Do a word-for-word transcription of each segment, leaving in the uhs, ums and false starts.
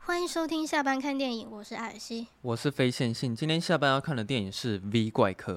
欢迎收听下班看电影，我是艾尔西， 我是非线性。今天下班要看的电影是《V 怪客》。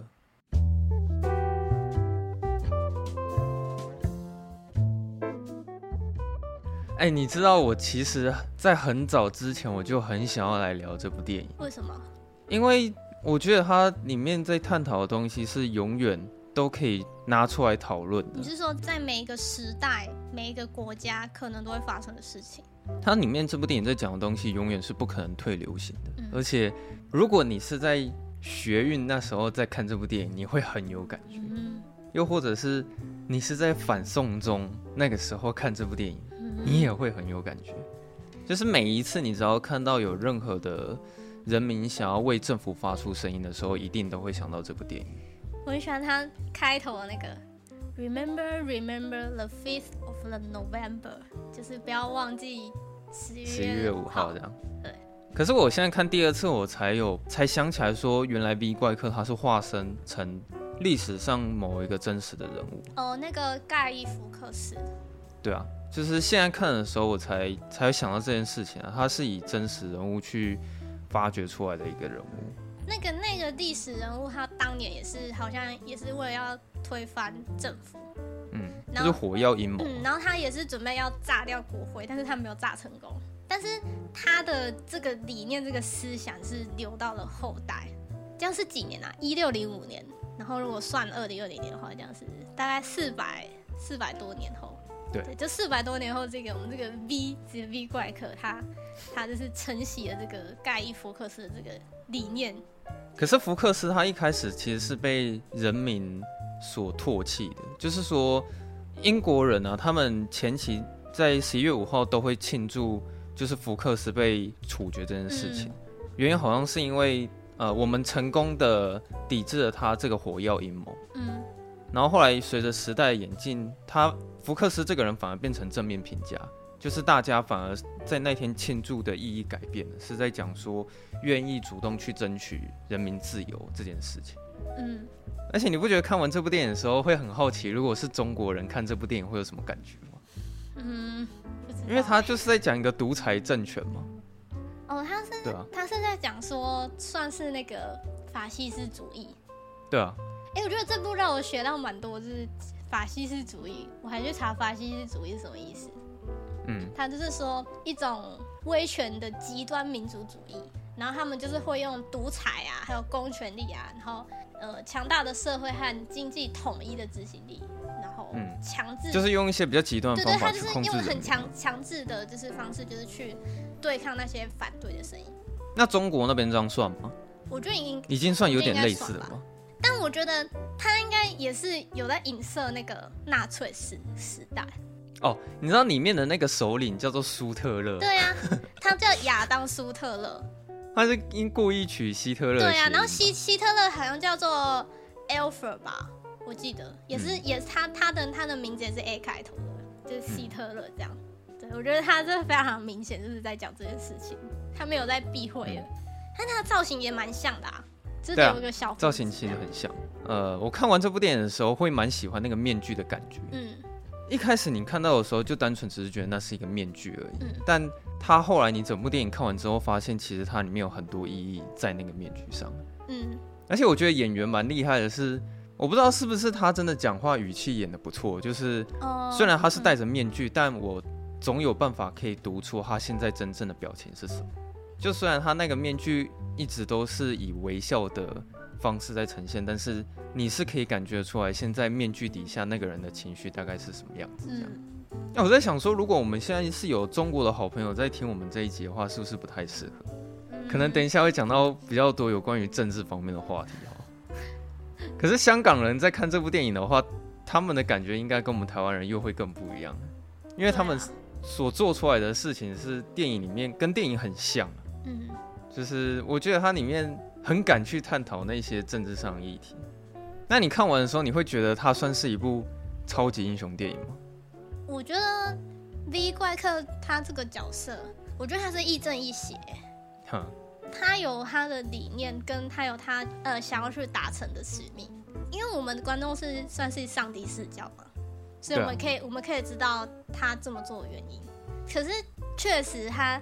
哎，你知道我其实在很早之前我就很想要来聊这部电影。 为什么？ 因为我觉得它里面在探讨的东西是永远都可以拿出来讨论的。 你是说在每一个时代、每一个国家可能都会发生的事情？ 它里面这部电影在讲的东西永远是不可能退流行的， 嗯、 而且如果你是在学运那时候在看这部电影，你会很有感觉。嗯、又或者是你是在反送中那个时候看这部电影，嗯、你也会很有感觉。就是每一次你只要看到有任何的人民想要为政府发出声音的时候，一定都会想到这部电影。 我很喜欢它开头的那个 Remember, remember the fifth of the November， 就是不要忘记十一月五号这样。对。 可是我现在看第二次，我才有才想起来说，原来 V 怪客他是化身成历史上某一个真实的人物。 哦，那个盖伊福克斯。 对啊，就是现在看的时候，我才才想到这件事情啊，他是以真实人物去发掘出来的一个人物。 那个那个历史人物，他当年也是好像也是为了要推翻政府， 嗯，就是火药阴谋、 嗯，然后他也是准备要炸掉国会，但是他没有炸成功。但是他的这个理念、这个思想是留到了后代。这样是几年啊？一六零五年，然后如果算二零二零年的话，这样是大概四百四百多年后。 对， 对，就四百多年后，这个我们这个 V 这个 V 怪客，他他就是承袭了这个盖伊福克斯的这个理念。 可是福克斯他一开始其实是被人民所唾弃的，就是说英国人啊，他们前期在十一月五号都会庆祝，就是福克斯被处决这件事情。嗯、原因好像是因为呃，我们成功的抵制了他这个火药阴谋。嗯。然后后来随着时代的演进，他福克斯这个人反而变成正面评价。就是大家反而在那天庆祝的意义改变了，是在讲说愿意主动去争取人民自由这件事情。嗯，而且你不觉得看完这部电影的时候会很好奇，如果是中国人看这部电影会有什么感觉吗？ 嗯， 因为他就是在讲一个独裁政权嘛。 哦，他是对啊，他是在讲说算是那个法西斯主义。 对啊。 哎、欸，我觉得这部让我学到蛮多，就是法西斯主义，我还去查法西斯主义是什么意思。嗯，他就是说一种威权的极端民族主义，然后他们就是会用独裁啊，还有公权力啊，然后呃强大的社会和经济统一的执行力，然后强制、嗯、 就是用一些比较极端的方法去控制人民。 对对，他就是用很强强制的就是方式，就是去对抗那些反对的声音。 那中国那边这样算吗？ 我觉得已经已经算有点类似了吧。 但我觉得他应该也是有在影射那个纳粹时时代。 哦，你知道里面的那个首领叫做苏特勒？ 对啊，他叫亚当·苏特勒。 他是因故意取希特勒。 对啊，然后希希特勒好像叫做 Alfred 吧，我记得也是，嗯、也是他他的他的名字也是 A 开头的，就是希特勒这样。嗯、对，我觉得他这非常明显就是在讲这件事情，他没有在避讳了。嗯、但他的造型也蛮像的啊，就是有一个小、啊、 造型其实很像。呃，我看完这部电影的时候会蛮喜欢那个面具的感觉。嗯。一开始你看到的时候，就单纯只是觉得那是一个面具而已。嗯、但他后来你整部电影看完之后，发现其实它里面有很多意义在那个面具上。嗯，而且我觉得演员蛮厉害的是，我不知道是不是他真的讲话语气演得不错，就是虽然他是戴着面具，嗯、但我总有办法可以读出他现在真正的表情是什么。就虽然他那个面具一直都是以微笑的方式在呈现，但是你是可以感觉出来现在面具底下那个人的情绪大概是什么样子这样。那、嗯、我在想说，如果我们现在是有中国的好朋友在听我们这一集的话，是不是不太适合？嗯、可能等一下会讲到比较多有关于政治方面的话题哈。可是香港人在看这部电影的话，他们的感觉应该跟我们台湾人又会更不一样，因为他们所做出来的事情是电影里面跟电影很像。嗯，就是我觉得它里面很敢去探讨那些政治上的议题。那你看完的时候，你会觉得它算是一部超级英雄电影吗？ 我觉得 V 怪客他这个角色，我觉得他是亦正亦邪。他有他的理念，跟他有他呃想要去达成的使命。因为我们的观众是算是上帝视角嘛，所以我们可以、啊、我们可以知道他这么做的原因。可是确实他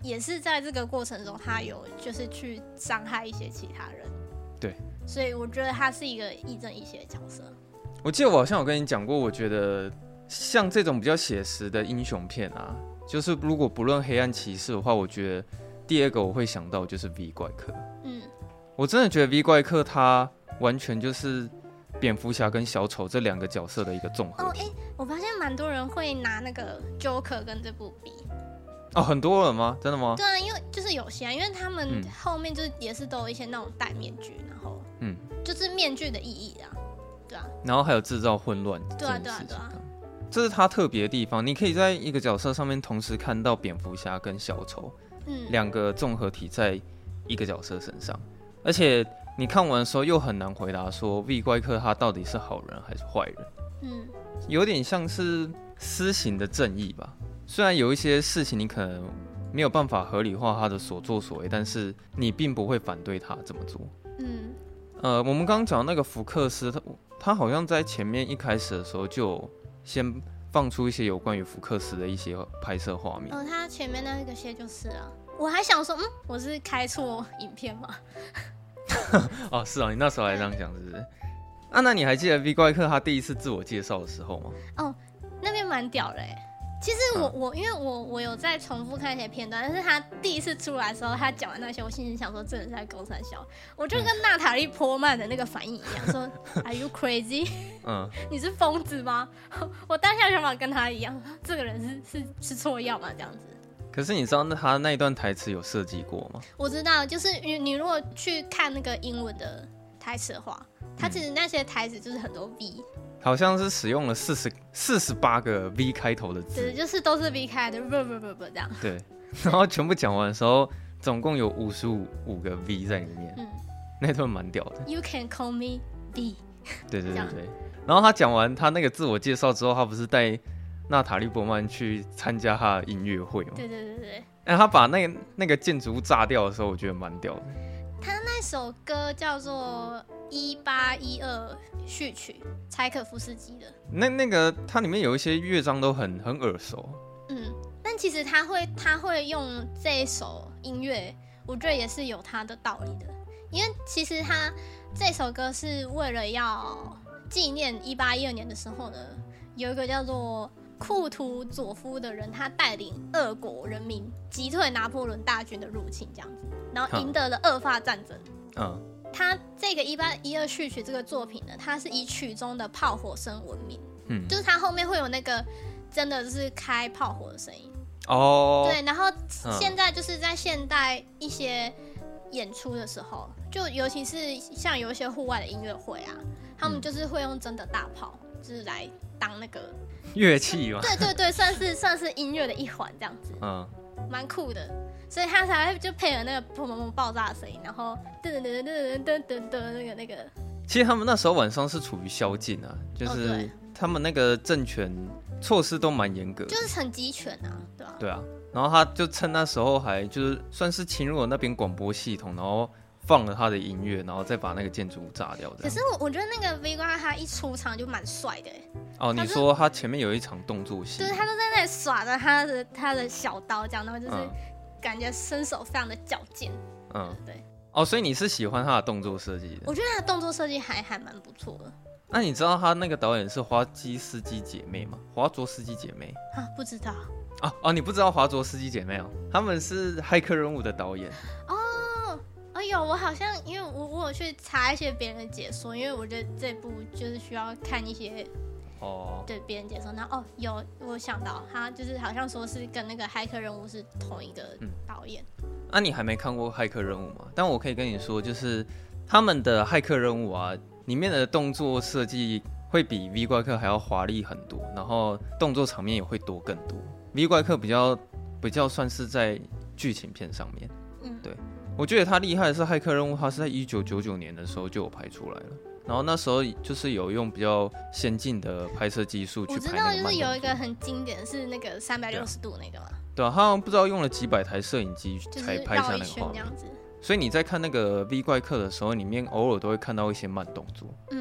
也是在这个过程中，他有就是去伤害一些其他人。 对， 所以我觉得他是一个亦正亦邪的角色。 我记得我好像有跟你讲过，我觉得像这种比较写实的英雄片啊，就是如果不论黑暗骑士的话，我觉得第二个我会想到就是 V 怪客。嗯，我真的觉得 V 怪客他完全就是蝙蝠侠跟小丑这两个角色的一个综合体。 哦，哎、欸，我发现蛮多人会拿那个 Joker 跟这部比。 哦，很多人吗？真的吗？ 对啊，因为就是有些、啊，因为他们后面就是也是都有一些那种戴面具，然后嗯，就是面具的意义啊，对啊。 然后还有制造混乱。 对啊，对啊，对啊。 这是他特别的地方，你可以在一个角色上面同时看到蝙蝠侠跟小丑，嗯，两个综合体在一个角色身上，而且你看完的时候又很难回答说 V 怪客他到底是好人还是坏人，嗯，有点像是私刑的正义吧。虽然有一些事情你可能没有办法合理化他的所作所为，但是你并不会反对他这么做。嗯，呃，我们刚刚讲的那个福克斯，他他好像在前面一开始的时候就先放出一些有关于福克斯的一些拍摄画面。 哦，他前面那个些就是啊，我还想说，嗯，我是开错影片吗？ 哦，是啊，你那时候还这样讲，是不是？啊，那你还记得 V 怪客他第一次自我介绍的时候吗？ 哦，那边蛮屌的哎。其实我、啊、我因为我我有在重复看一些片段，但是他第一次出来的时候，他讲完那些，我心里想说，这人是在公三小，我就跟娜塔莉波曼的那个反应一样，说 Are you crazy？ 嗯，你是疯子吗？我当下想法跟他一样，这个人是是是错药吗？这样子。 可是你知道他那一段台词有设计过吗？ 我知道，就是你你如果去看那个英文的台词的话，他其实那些台词就是很多 V。 好像是使用了四十四十八个 V 开头的字， 对，就是都是 V 开的，不不不不这样。 对，然后全部讲完的时候，总共有五十五五个 V 在里面，嗯，那段蛮屌的。 You can call me V。 对对对对。然后他讲完他那个自我介绍之后，他不是带娜塔莉波曼去参加他的音乐会吗？ 对对对对。 哎，他把那个那个建筑物炸掉的时候，我觉得蛮屌的。 他那首歌叫做一八一二序曲，柴可夫斯基的。 那那个它里面有一些乐章都很很耳熟。 嗯，但其实他会他会用这一首音乐，我觉得也是有他的道理的。因为其实他这首歌是为了要纪念一八一二年的时候呢，有一个叫做库图佐夫的人，他带领俄国人民击退拿破仑大军的入侵，这样子，然后赢得了俄法战争。嗯，他这个一八一二序曲这个作品呢，它是以曲中的炮火声闻名。嗯，就是它后面会有那个真的就是开炮火的声音。哦，对，然后现在就是在现代一些演出的时候，就尤其是像有一些户外的音乐会啊，他们就是会用真的大炮，就是来当那个乐器嘛。 对对对，算是算是音乐的一环这样子。嗯，蛮酷的。所以他才会就配合那个砰砰砰爆炸的声音，然后噔噔噔噔噔噔噔那个那个。 其实他们那时候晚上是处于宵禁啊，就是他们那个政权措施都蛮严格的， 就是很集权啊，对啊。 对啊，然后他就趁那时候还就是算是侵入了那边广播系统，然后放了他的音乐，然后再把那个建筑物炸掉。 可是我我觉得那个 V 怪他一出场就蛮帅的。 哦，你说他前面有一场动作戏， 就是他都在那里耍着他的他的小刀，这样，然后就是。嗯，感觉身手非常的矫健，嗯，对， 哦，所以你是喜欢他的动作设计的？ 我觉得他的动作设计还还蛮不错的。 那你知道他那个导演是华基斯基姐妹吗？华卓斯基姐妹啊？不知道。 哦哦，你不知道华卓斯基姐妹哦？他们是《骇客任务》的导演。 哦，哎呦，我好像因为我我有去查一些别人的解说，因为我觉得这部就是需要看一些。哦，对，别人解说，然后哦，有我想到他就是好像说是跟那个《骇客任务》是同一个导演。 那、嗯啊、你还没看过《骇客任务》吗？但我可以跟你说，就是他们的《骇客任务》啊，里面的动作设计会比 V 怪客还要华丽很多，然后动作场面也会多更多。V 怪客比较比较算是在剧情片上面，嗯，对，我觉得他厉害的是《骇客任务》，他是在一九九九年的时候就有拍出来了。然后那时候就是有用比较先进的拍摄技术去拍那个慢动作。 我知道，就是有一个很经典是那个三百六十度那个嘛。 对啊，他好像不知道用了几百台摄影机才拍下那个画面。所以你在看那个 V 怪客的时候，里面偶尔都会看到一些慢动作。嗯，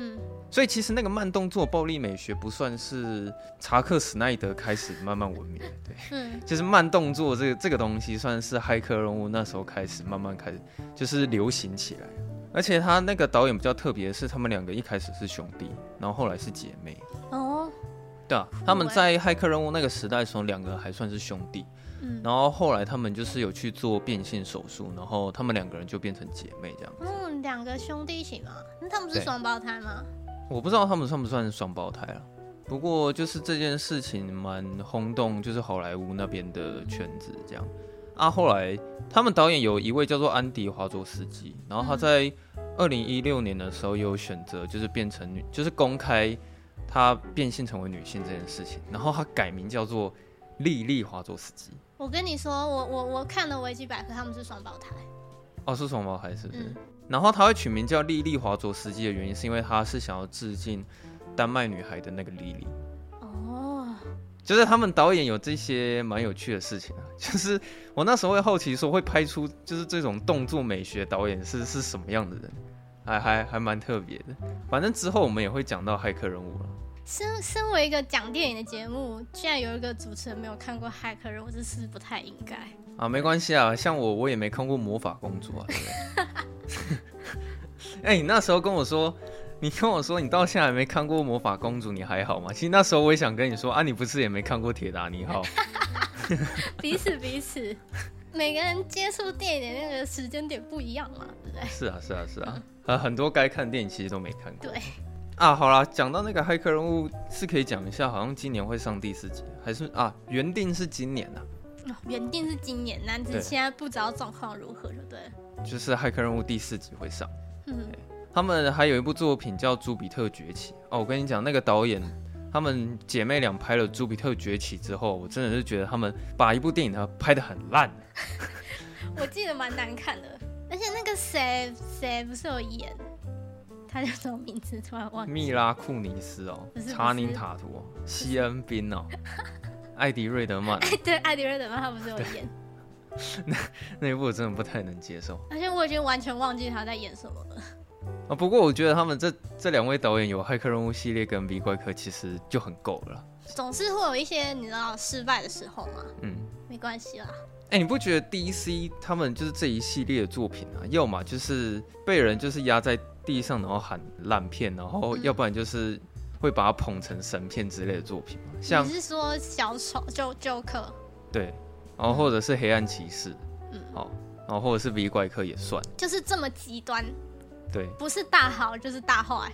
所以其实那个慢动作暴力美学不算是查克·史奈德开始慢慢闻名的，对，嗯，就是慢动作这个这个东西算是骇客任务那时候开始慢慢开始就是流行起来。而且他那个导演比较特别的是，他们两个一开始是兄弟，然后后来是姐妹。哦，对啊，他们在骇客任务那个时代的时候，两个还算是兄弟。嗯，然后后来他们就是有去做变性手术，然后他们两个人就变成姐妹这样。 嗯，两个兄弟一起吗？那他们是双胞胎吗？ 我不知道他们算不算双胞胎啊。不过就是这件事情蛮轰动，就是好莱坞那边的圈子这样。啊，后来他们导演有一位叫做安迪·华佐斯基，然后他在二零一六年的时候也有选择，就是变成女，就是公开他变性成为女性这件事情，然后他改名叫做莉莉·华佐斯基。 我跟你说，我我我看了维基百科，他们是双胞胎。 哦，是双胞胎是不是？嗯、然后他会取名叫莉莉·华佐斯基的原因，是因为他是想要致敬丹麦女孩的那个莉莉。哦，就是他们导演有这些蛮有趣的事情啊。就是我那时候会好奇说，会拍出就是这种动作美学导演是是什么样的人，还还还蛮特别的。反正之后我们也会讲到骇客任务了。 身身为一个讲电影的节目，居然有一个主持人没有看过骇客任务，这是不太应该啊。没关系啊，像我我也没看过魔法公主啊，对不对？哎、欸，你那时候跟我说，你跟我说你到现在还没看过魔法公主，你还好吗？其实那时候我也想跟你说啊，你不是也没看过铁达尼号？ 彼此彼此，每个人接触电影的那个时间点不一样嘛，对不对？ 是啊是啊是啊，啊很多该看的电影其实都没看过。 对。 啊，好啦，讲到那个骇客任务是可以讲一下，好像今年会上第四集，还是啊原定是今年啊？ 哦、原定是今年，但是现在不知道状况如何，就对了。 就是骇客任务第四集会上，嗯，他们还有一部作品叫《朱比特崛起》哦，我跟你讲，那个导演他们姐妹俩拍了《朱比特崛起》之后，我真的是觉得他们把一部电影呢拍得很烂， 我记得蛮难看的，而且那个谁谁不是有演？他叫什么名字？突然忘记。密拉库尼斯哦，查宁塔图哦，西恩宾哦，艾迪瑞德曼。 哎，对，艾迪瑞德曼他不是有演？ 那那一部我真的不太能接受， 而且我已经完全忘记他在演什么了。 啊，不过我觉得他们这这两位导演有《骇客任务》系列跟《V 怪客》，其实就很够了。 总是会有一些你知道失败的时候嘛，嗯，没关系啦。 哎、欸，你不觉得 D C 他们就是这一系列的作品啊，要么就是被人就是压在地上，然后喊烂片，然后要不然就是会把它捧成神片之类的作品嘛？像你是说小丑就Joker？ 对，然后或者是黑暗骑士，嗯，好，然后或者是 V 怪客也算， 就是这么极端。 对， 不是大好就是大坏。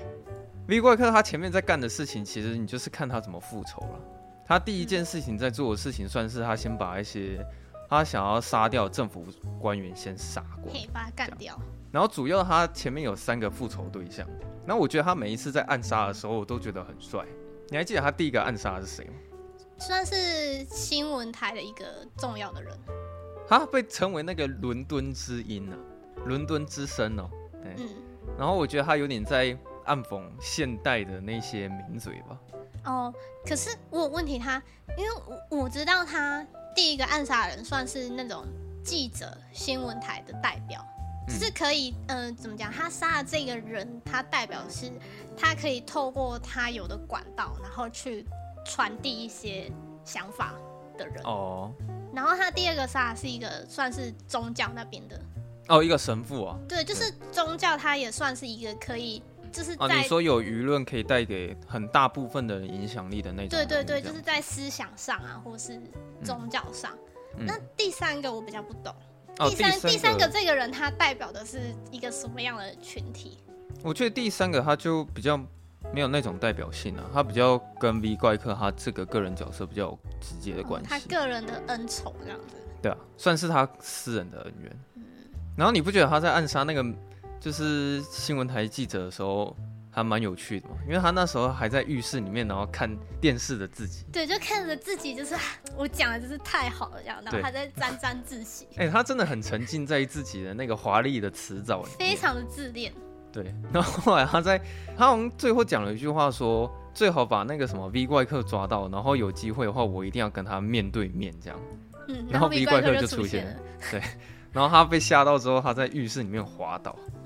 V 怪客他前面在干的事情，其实你就是看他怎么复仇了。他第一件事情在做的事情，算是他先把一些他想要杀掉政府官员先杀光， 可以把他干掉。 然后主要他前面有三个复仇对象，然后我觉得他每一次在暗杀的时候，我都觉得很帅。你还记得他第一个暗杀的是谁吗？ 算是新闻台的一个重要的人， 他被称为那个伦敦之音啊，伦敦之声哦。嗯，然后我觉得他有点在暗讽现代的那些名嘴吧。 哦，可是我有问题他，因为 我, 我知道他第一个暗杀的人算是那种记者、新闻台的代表，只是可以，嗯、呃，怎么讲？他杀的这个人，他代表是他可以透过他有的管道，然后去传递一些想法的人。哦。然后他第二个杀的是一个算是宗教那边的。 哦，一个神父啊。 对，就是宗教，他也算是一个可以。就是在、 啊、你说有舆论可以带给很大部分的人影响力的那种， 对对对，就是在思想上啊，或是宗教上。嗯、那第三个我比较不懂， 哦、 第三第三第三个这个人他代表的是一个什么样的群体？ 我觉得第三个他就比较没有那种代表性啊，他比较跟 V 怪客他这个个人角色比较有直接的关系、哦， 他个人的恩宠这样子。 对啊，算是他私人的恩怨。嗯、然后你不觉得他在暗杀那个？就是新闻台记者的时候还蛮有趣的嘛，因为他那时候还在浴室里面，然后看电视的自己， 对，就看着自己，就是我讲的就是太好了这样，然后他在沾沾自喜。 哎、欸，他真的很沉浸在自己的那个华丽的辞藻里面， 非常的自恋。 对，然后后来他在他好像最后讲了一句话说，最好把那个什么 V 怪客抓到，然后有机会的话，我一定要跟他面对面这样。 嗯， 然后 V 怪客就出现了，对。然后他被吓到之后，他在浴室里面滑倒。嗯，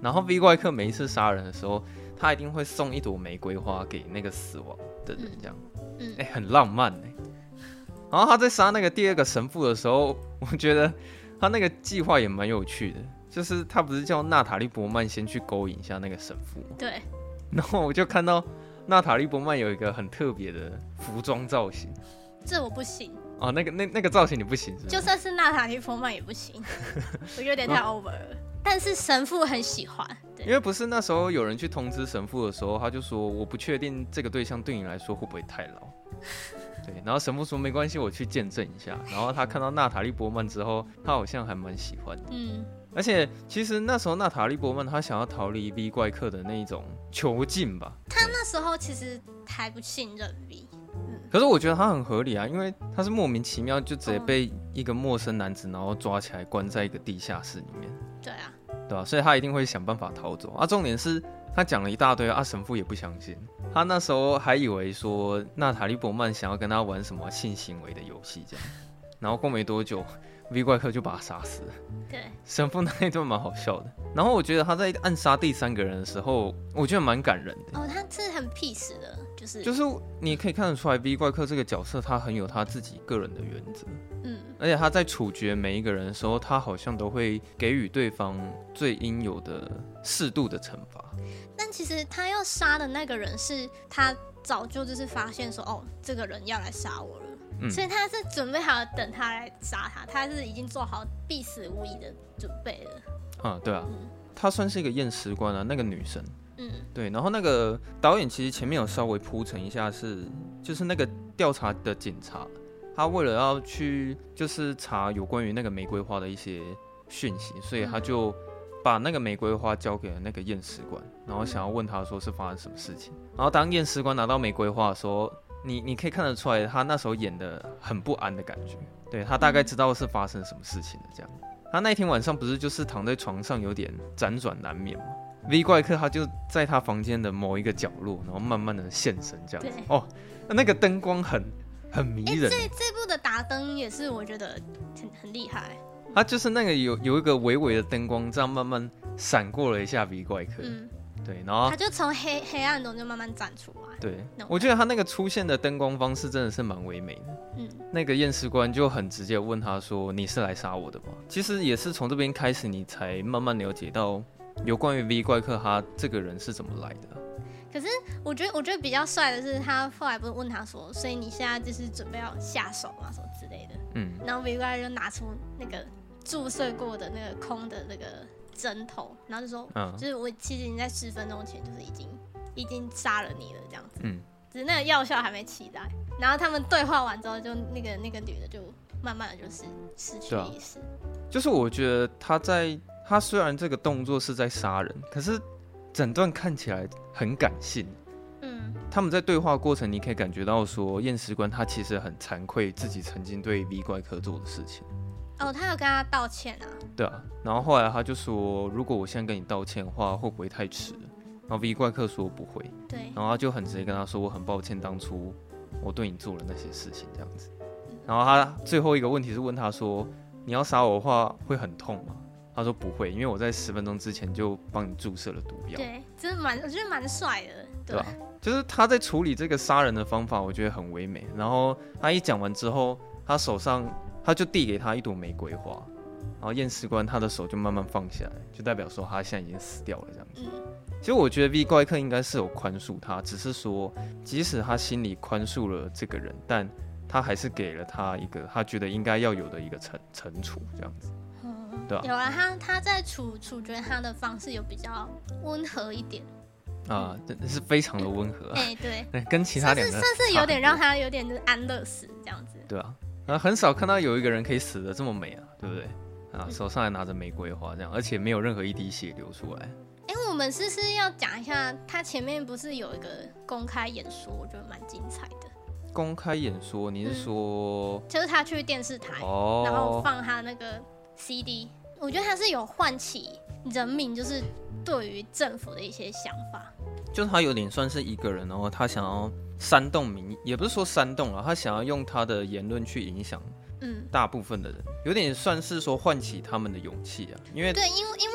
然后 V 怪客每一次杀人的时候，他一定会送一朵玫瑰花给那个死亡的人，这样，嗯，哎、欸，很浪漫哎。然后他在杀那个第二个神父的时候，我觉得他那个计划也蛮有趣的，就是他不是叫娜塔莉波曼先去勾引一下那个神父吗？ 对。 然后我就看到娜塔莉波曼有一个很特别的服装造型， 这我不行。 哦，那个那那个造型你不行是不是？ 就算是娜塔莉波曼也不行，我觉得有点太 over 了。但是神父很喜欢， 因为不是那时候有人去通知神父的时候，他就说我不确定这个对象对你来说会不会太老。对，然后神父说没关系，我去见证一下。然后他看到娜塔莉波曼之后，他好像还蛮喜欢的。嗯，而且其实那时候娜塔莉波曼他想要逃离 V 怪客的那一种囚禁吧。 他那时候其实还不信任 V。 可是我觉得他很合理啊，因为他是莫名其妙就直接被一个陌生男子然后抓起来关在一个地下室里面。 对啊， 对啊，所以他一定会想办法逃走啊。重点是他讲了一大堆啊，神父也不相信。他那时候还以为说娜塔莉波曼想要跟他玩什么性行为的游戏这样，然后过没多久 V 怪客就把他杀死了。 对， 神父那一段蛮好笑的。然后我觉得他在暗杀第三个人的时候，我觉得蛮感人的。 哦，他是很 peace 的，就是就是你可以看得出来 V 怪客这个角色他很有他自己个人的原则。嗯，而且他在处决每一个人的时候，他好像都会给予对方最应有的适度的惩罚。 但其实他要杀的那个人是他早就就是发现说，哦，这个人要来杀我了。嗯、所以他是准备好等他来杀他，他是已经做好必死无疑的准备了。 啊，对啊，嗯、他算是一个验尸官啊，那个女生。嗯，对。然后那个导演其实前面有稍微铺陈一下是，就是那个调查的警察，他为了要去就是查有关于那个玫瑰花的一些讯息，所以他就把那个玫瑰花交给了那个验尸官，然后想要问他说是发生什么事情。然后当验尸官拿到玫瑰花的时候，你你可以看得出来，他那时候演的很不安的感觉。对，他大概知道是发生什么事情的这样。他那一天晚上不是就是躺在床上有点辗转难眠吗 ？V 怪客他就在他房间的某一个角落，然后慢慢的现身这样子。哦，那个灯光很很迷人。 欸、这这部的打灯也是我觉得很很厉害。 他就是那个有有一个微微的灯光，这样慢慢闪过了一下 V 怪客。嗯，对，然后他就从黑黑暗中就慢慢站出来。 对，我觉得他那个出现的灯光方式真的是蛮唯美的。嗯，那个验尸官就很直接问他说：“你是来杀我的吗？”其实也是从这边开始，你才慢慢了解到有关于 V 怪客他这个人是怎么来的。 可是我觉得，我觉得比较帅的是，他后来不是问他说：“所以你现在就是准备要下手吗？什么之类的？”嗯，然后 V 怪客就拿出那个注射过的那个空的那个针头，然后就说：“嗯，就是我其实已经在十分钟前就是已经。”已经杀了你了，这样子，嗯，只是那个药效还没起来。然后他们对话完之后，就那个那个女的就慢慢的就是失去意识。啊、 就是我觉得他在他虽然这个动作是在杀人，可是整段看起来很感性。嗯，他们在对话过程，你可以感觉到说验尸官他其实很惭愧自己曾经对 V 怪客做的事情。 哦，他有跟他道歉啊。 对啊，然后后来他就说，如果我现在跟你道歉的话，会不会太迟了？然后 V 怪客说不会， 对， 然后他就很直接跟他说我很抱歉当初我对你做了那些事情这样子。然后他最后一个问题是问他说你要杀我的话会很痛吗？他说不会，因为我在十分钟之前就帮你注射了毒药。 对，真的蛮我觉得蛮帅的，对吧？ 就是他在处理这个杀人的方法，我觉得很唯美。然后他一讲完之后，他手上他就递给他一朵玫瑰花，然后验尸官他的手就慢慢放下来，就代表说他现在已经死掉了这样子。嗯，其实我觉得 V 怪客应该是有宽恕他，只是说即使他心里宽恕了这个人，但他还是给了他一个他觉得应该要有的一个惩惩处这样子。嗯，对啊， 有啊，他他在处处决他的方式有比较温和一点。 啊，真的是非常的温和、啊。 哎、欸，对， 跟其他两个算是有点让他有点就是安乐死这样子。 对啊，啊，很少看到有一个人可以死得这么美啊，对不对？啊，手上还拿着玫瑰花这样，而且没有任何一滴血流出来。 哎、欸，我们是不是要讲一下，他前面不是有一个公开演说，我觉得蛮精彩的。 公开演说，你是说？ 嗯、就是他去电视台，哦、然后放他那个 C D， 我觉得他是有唤起人民就是对于政府的一些想法。 就是他有点算是一个人，然后他想要煽动民，也不是说煽动了，他想要用他的言论去影响，嗯，大部分的人，有点算是说唤起他们的勇气啊。因为对，因为因为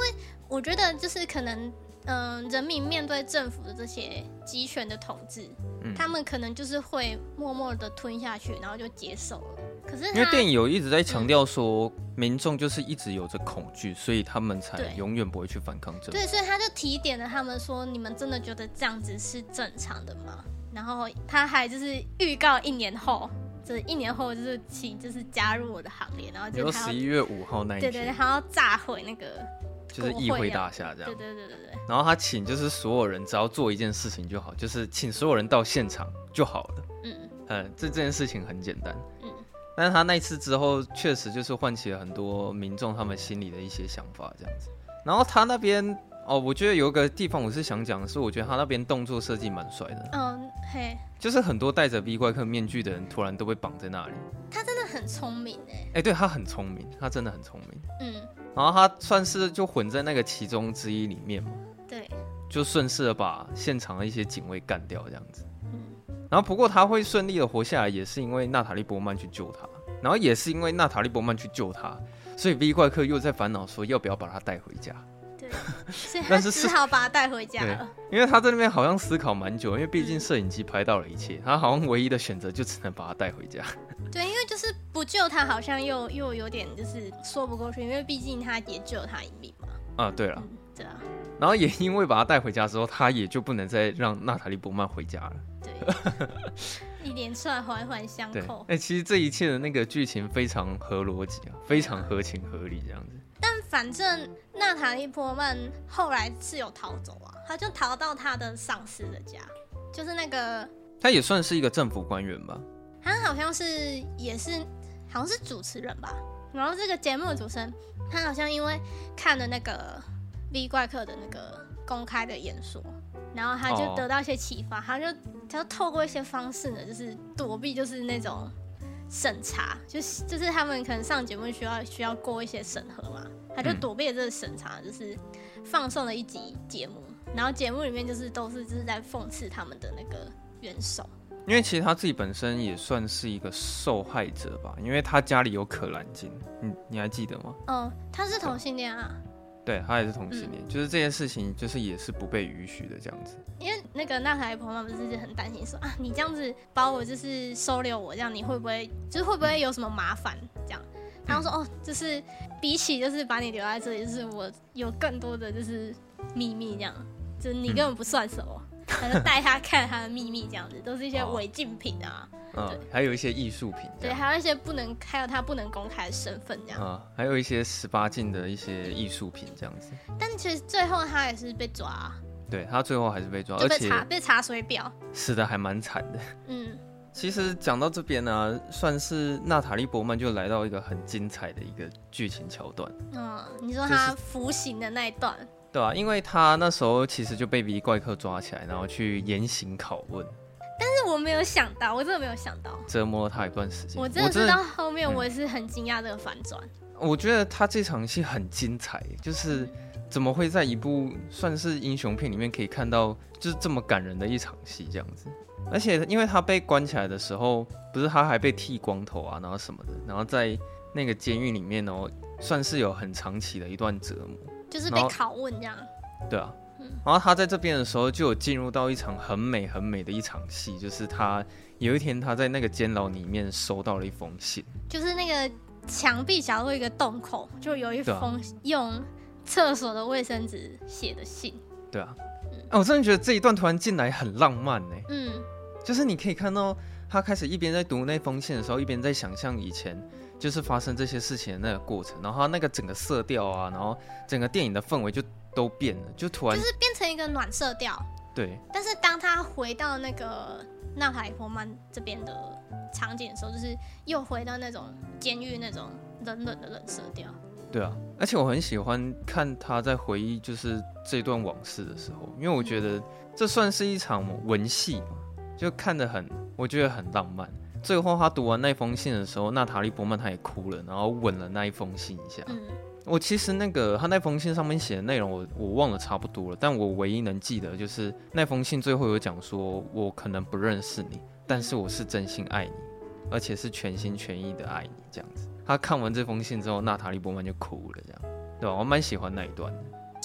我觉得就是可能，嗯、呃，人民面对政府的这些集权的统治，嗯、他们可能就是会默默的吞下去，然后就接受了。可是因为电影有一直在强调说，嗯、民众就是一直有着恐惧，所以他们才永远不会去反抗政府。 对，所以他就提点了他们说：“你们真的觉得这样子是正常的吗？”然后他还就是预告一年后，这一年后就是请就是加入我的行列，然后就十一月五号那一天， 对对对，他要炸毁那个就是议会大厦这样。 对对对对对。 然后他请就是所有人只要做一件事情就好，就是请所有人到现场就好了。嗯嗯，这这件事情很简单。嗯。但是他那一次之后，确实就是唤起了很多民众他们心里的一些想法这样子。然后他那边哦，我觉得有一个地方我是想讲的是，我觉得他那边动作设计蛮帅的。 嗯，嘿， 就是很多戴着 V 怪客面具的人突然都被绑在那里。 他真的很聪明哎。 哎、欸，对他很聪明，他真的很聪明。嗯。然后他算是就混在那个其中之一里面嘛。 对。 就顺势的把现场的一些警卫干掉这样子。然后不过他会顺利的活下来，也是因为娜塔莉波曼去救他，然后也是因为娜塔莉波曼去救他，所以 V 怪客又在烦恼说要不要把他带回家。 对，所以他只好把他带回家了。 因为他在那边好像思考蛮久，因为毕竟摄影机拍到了一切，他好像唯一的选择就只能把他带回家。 对，因为就是不救他，好像又又有点就是说不过去，因为毕竟他也救了他一命嘛。 啊，对了、嗯， 对啊。 然后也因为把他带回家之后，他也就不能再让娜塔莉波曼回家了。 对，一连串环环相扣。 哎、欸，其实这一切的那个剧情非常合逻辑啊，非常合情合理这样子。 但反正娜塔莉波曼后来是有逃走啊，他就逃到他的上司的家，就是那个他也算是一个政府官员吧。 他好像是也是好像是主持人吧。然后这个节目的主持人，他好像因为看了那个 V 怪客的那个公开的演说，然后他就得到一些启发，哦、他就他就透过一些方式呢，就是躲避就是那种审查，就是就是他们可能上节目需要需要过一些审核嘛，他就躲避了这个审查，就是放送了一集节目，然后节目里面就是都是就是在讽刺他们的那个元首。 因为其实他自己本身也算是一个受害者吧，因为他家里有可兰经，你你还记得吗？ 哦，他是同性恋啊。 对，他也是同性恋、嗯，就是这件事情就是也是不被允许的这样子。 因为那个娜塔莉波曼不是很担心说啊，你这样子把我就是收留我，这样你会不会就是会不会有什么麻烦这样？然后说、嗯、哦，就是比起就是把你留在这里，就是我有更多的就是秘密这样，就是你根本不算什么。嗯他就带他看他的秘密，这样子都是一些违禁品啊， 哦、对、嗯，还有一些艺术品， 对，还有一些不能，还有他不能公开的身份这样， 啊、嗯，还有一些十八禁的一些艺术品这样子。 但其实最后他也是被抓、啊， 对他最后还是被抓， 就被查而且被查水表， 死的还蛮惨的。 嗯， 其实讲到这边呢、啊，算是娜塔莉波曼就来到一个很精彩的一个剧情桥段。 嗯，你说他服刑的那一段。就是对啊，因为他那时候其实就被 V 怪客抓起来，然后去严刑拷问。 但是我没有想到，我真的没有想到， 折磨了他一段时间。 我真的是到后面，我也是很惊讶这个反转、 嗯。我觉得他这场戏很精彩，就是怎么会在一部算是英雄片里面可以看到，就是这么感人的一场戏这样子。而且因为他被关起来的时候，不是他还被剃光头啊，然后什么的，然后在那个监狱里面哦，算是有很长期的一段折磨。 就是被拷问这样， 对啊、嗯，然后他在这边的时候就有进入到一场很美很美的一场戏，就是他有一天他在那个监牢里面收到了一封信， 就是那个墙壁角落一个洞口，就有一封用厕所的卫生纸写的信。 对啊，嗯啊，我真的觉得这一段突然进来很浪漫呢。嗯，就是你可以看到他开始一边在读那封信的时候，一边在想象以前。就是发生这些事情的那个过程，然后他那个整个色调啊，然后整个电影的氛围就都变了，就突然就是变成一个暖色调。 对。 但是当他回到那个娜塔莉波曼这边的场景的时候，就是又回到那种监狱那种冷冷的冷色调。 对啊，而且我很喜欢看他在回忆就是这段往事的时候，因为我觉得这算是一场文戏嘛，就看得很，我觉得很浪漫。最后他读完那封信的时候，娜塔莉波曼他也哭了，然后吻了那一封信一下。嗯，我其实那个他那封信上面写的内容我我忘了差不多了，但我唯一能记得就是那封信最后有讲说，我可能不认识你，但是我是真心爱你，而且是全心全意的爱你这样子。他看完这封信之后，娜塔莉波曼就哭了，这样对吧？我蛮喜欢那一段的。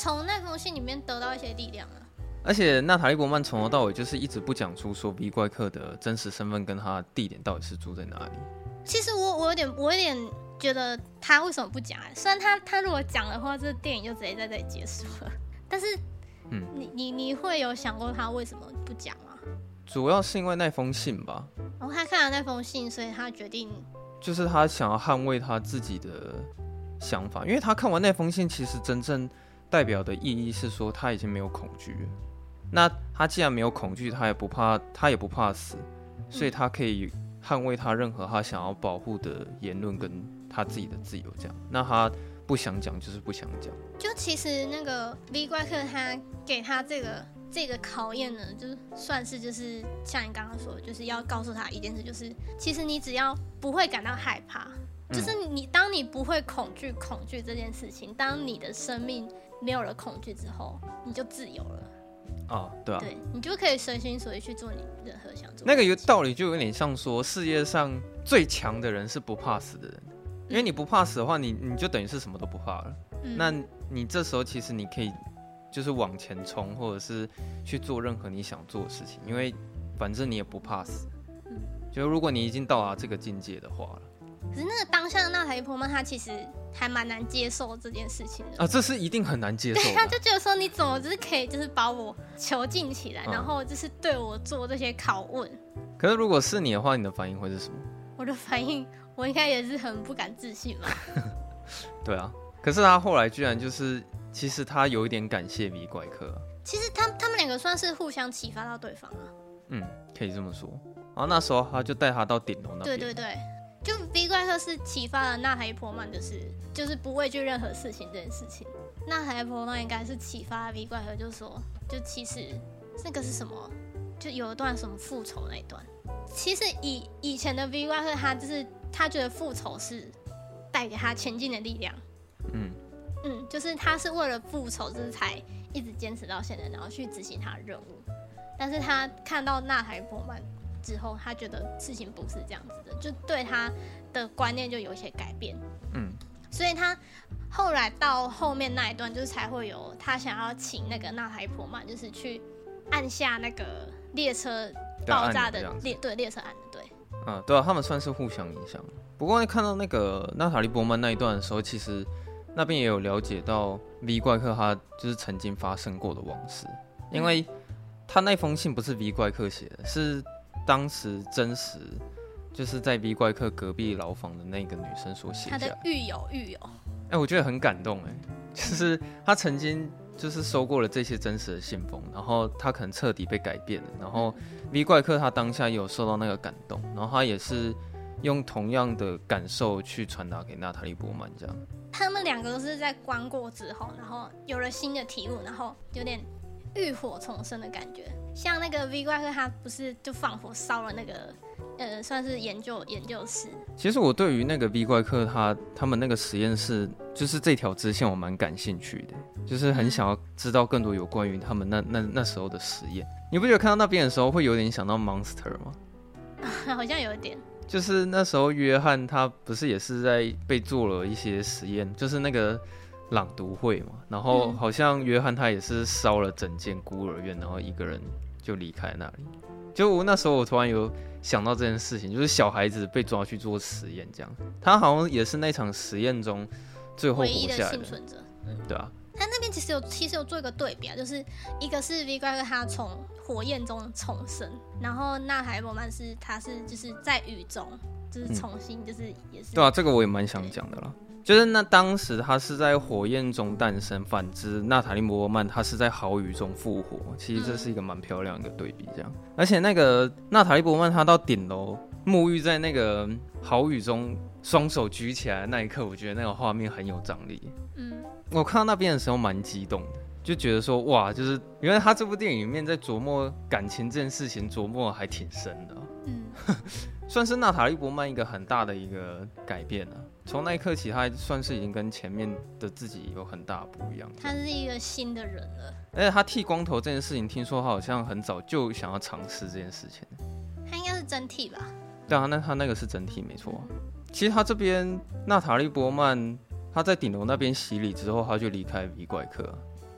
从那封信里面得到一些力量啊。 而且娜塔莉波曼从头到尾就是一直不讲出说 V 怪客的真实身份跟他的地点到底是住在哪里。 其实我我有点我有点觉得他为什么不讲、啊？虽然他他如果讲的话，这电影就直接在这里结束了。但是，嗯，你你你会有想过他为什么不讲吗？ 主要是因为那封信吧。 然后他看了那封信，所以他决定， 就是他想要捍卫他自己的想法，因为他看完那封信，其实真正代表的意义是说他已经没有恐惧了。那他既然没有恐惧，他也不怕，他也不怕死，所以他可以捍卫他任何他想要保护的言论跟他自己的自由。这样，那他不想讲就是不想讲。 就其实那个 V 怪客他给他这个这个考验呢，就是算是就是像你刚刚说的，就是要告诉他一件事，就是其实你只要不会感到害怕，嗯、就是你当你不会恐惧恐惧这件事情，当你的生命没有了恐惧之后，你就自由了。 啊，对啊， 对，你就可以随心所欲去做你任何想做的。 那个有道理，就有点像说世界上最强的人是不怕死的人，因为你不怕死的话，你你就等于是什么都不怕了。嗯、那你这时候其实你可以就是往前冲，或者是去做任何你想做的事情，因为反正你也不怕死。嗯、就如果你已经到达这个境界的话了。 可是那个当下的娜塔莉波曼，他其实还蛮难接受这件事情的啊，这是一定很难接受的。 对，他就觉得说，你怎么就是可以就是把我囚禁起来，嗯、然后就是对我做这些拷问。 可是如果是你的话，你的反应会是什么？ 我的反应，我应该也是很不敢置信吧。 对啊，可是他后来居然就是，其实他有一点感谢 V 怪客、啊。 其实他他们两个算是互相启发到对方啊。 嗯，可以这么说。然后那时候他就带他到顶楼那边。 对对对。就 V 怪客是启发了娜塔莉波曼，就是就是不畏惧任何事情这件事情。娜塔莉波曼应该是启发 V 怪客，就是说，就其实那个是什么，就有一段什么复仇那一段。其实以以前的 V 怪客，他就是他觉得复仇是带给他前进的力量。嗯嗯，就是他是为了复仇，就是才一直坚持到现在，然后去执行他的任务。但是他看到娜塔莉波曼之后，他觉得事情不是这样子的，就对他的观念就有一些改变。嗯，所以他后来到后面那一段，就是才会有他想要请那个娜塔莉波曼，就是去按下那个列车爆炸的列对列车按的对。 啊，对啊，他们算是互相影响。不过看到那个娜塔莉波曼那一段的时候，其实那边也有了解到 V 怪客他就是曾经发生过的往事，因为他那封信不是 V 怪客写的，是当时真实就是在 V 怪客隔壁牢房的那个女生所写下的。他的狱友狱友， 哎、欸，我觉得很感动哎，就是他曾经就是收过了这些真实的信封，然后他可能彻底被改变了，然后 V 怪客他当下也有受到那个感动，然后他也是用同样的感受去传达给娜塔莉波曼这样。 他们两个都是在关过之后，然后有了新的体悟，然后有点浴火重生的感觉。像那个 V 怪客，他不是就放火烧了那个，呃，算是研究研究室。 其实我对于那个 V 怪客他他们那个实验室，就是这条支线，我蛮感兴趣的，就是很想要知道更多有关于他们那那那时候的实验。你不觉得看到那边的时候会有点想到 Monster 吗？ 好像有一点。 就是那时候约翰他不是也是在被做了一些实验，就是那个朗读会嘛，然后好像约翰他也是烧了整间孤儿院，然后一个人就离开那里。就我那时候我突然有想到这件事情，就是小孩子被抓去做实验这样，他好像也是那场实验中最后活下来的唯一的幸存者。 嗯，对啊。 他那边其实有其实有做一个对比啊，就是一个是 V 怪客他从火焰中重生，然后娜塔莉波曼是他是就是在雨中就是重新就是也是、 嗯、对啊，这个我也蛮想讲的啦。就是那当时他是在火焰中诞生，反之娜塔莉波曼他是在豪雨中复活，其实这是一个蛮漂亮的一个对比这样。而且那个娜塔莉波曼他到顶楼沐浴在那个豪雨中，双手举起来的那一刻，我觉得那个画面很有张力。嗯。我看到那边的时候蛮激动的，就觉得说哇，就是原来他这部电影里面在琢磨感情这件事情，琢磨还挺深的、啊。嗯，算是娜塔莉波曼一个很大的一个改变啊。从那一刻起，他算是已经跟前面的自己有很大不一样。 他是一个新的人了。 而且他剃光头这件事情，听说他好像很早就想要尝试这件事情。 他应该是真剃吧？ 对啊，那他那个是真剃没错、啊。其实他这边娜塔莉波曼。他在顶楼那边洗礼之后，他就离开 V 怪客。